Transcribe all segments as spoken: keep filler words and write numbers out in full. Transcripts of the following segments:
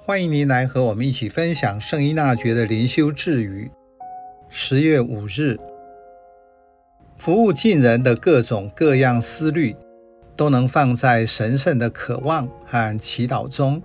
欢迎您来和我们一起分享圣依纳爵的灵修智语。十月五日，服务近人的各种各样思虑，都能放在神圣的渴望和祈祷中。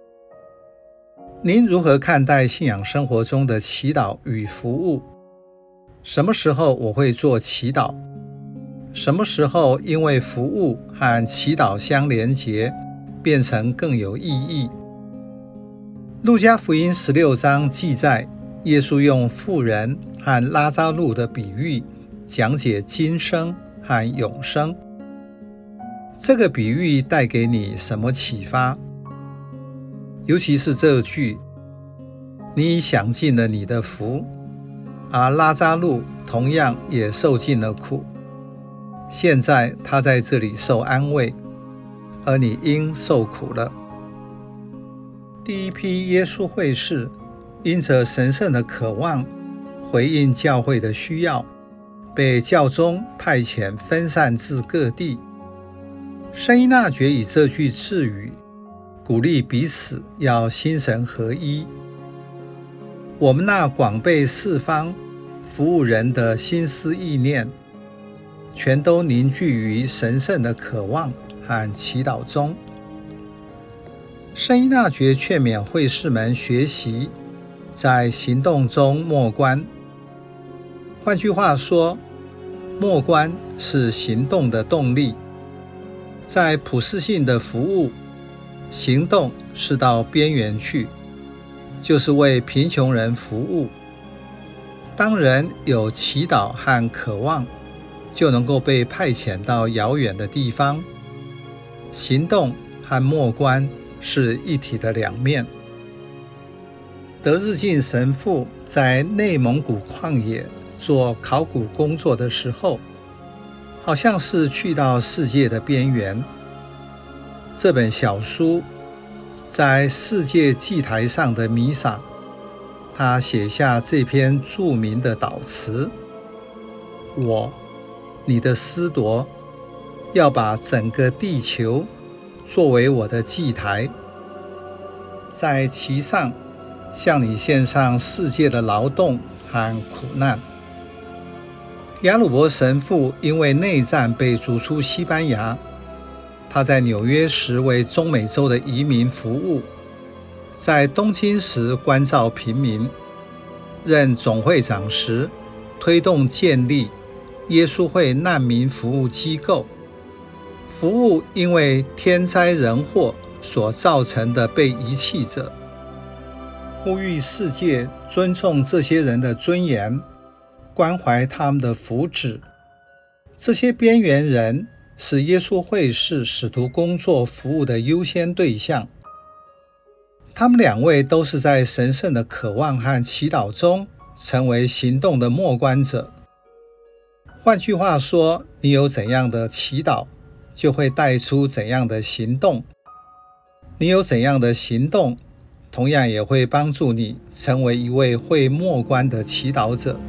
您如何看待信仰生活中的祈祷与服务？什么时候我会做祈祷？什么时候因为服务和祈祷相连结，变成更有意义？路加福音十六章记载，耶稣用妇人和拉扎路的比喻讲解今生和永生。这个比喻带给你什么启发？尤其是这句：你已享尽了你的福，而拉扎路同样也受尽了苦。现在他在这里受安慰，而你应受苦了。第一批耶稣会士因着神圣的渴望回应教会的需要，被教宗派遣分散至各地。圣依纳爵以这句智语鼓励彼此要心神合一。我们那广被四方服务人的心思意念，全都凝聚于神圣的渴望和祈祷中。圣依纳爵劝勉会士们学习在行动中默观。换句话说，默观是行动的动力。在普世性的服务，行动是到边缘去，就是为贫穷人服务。当人有祈祷和渴望，就能够被派遣到遥远的地方。行动和默观是一体的两面。德日进神父在内蒙古旷野做考古工作的时候，好像是去到世界的边缘。这本小书在世界祭台上的弥撒，他写下这篇著名的祷词：我，你的司铎，要把整个地球作为我的祭台，在其上向你献上世界的劳动和苦难。雅鲁伯神父因为内战被逐出西班牙，他在纽约时为中美洲的移民服务，在东京时关照平民，任总会长时推动建立耶稣会难民服务机构，服务因为天灾人祸所造成的被遗弃者，呼吁世界尊重这些人的尊严，关怀他们的福祉。这些边缘人是耶稣会士使徒工作服务的优先对象。他们两位都是在神圣的渴望和祈祷中成为行动的默观者。换句话说，你有怎样的祈祷，就会带出怎样的行动。你有怎样的行动，同样也会帮助你成为一位会默观的祈祷者。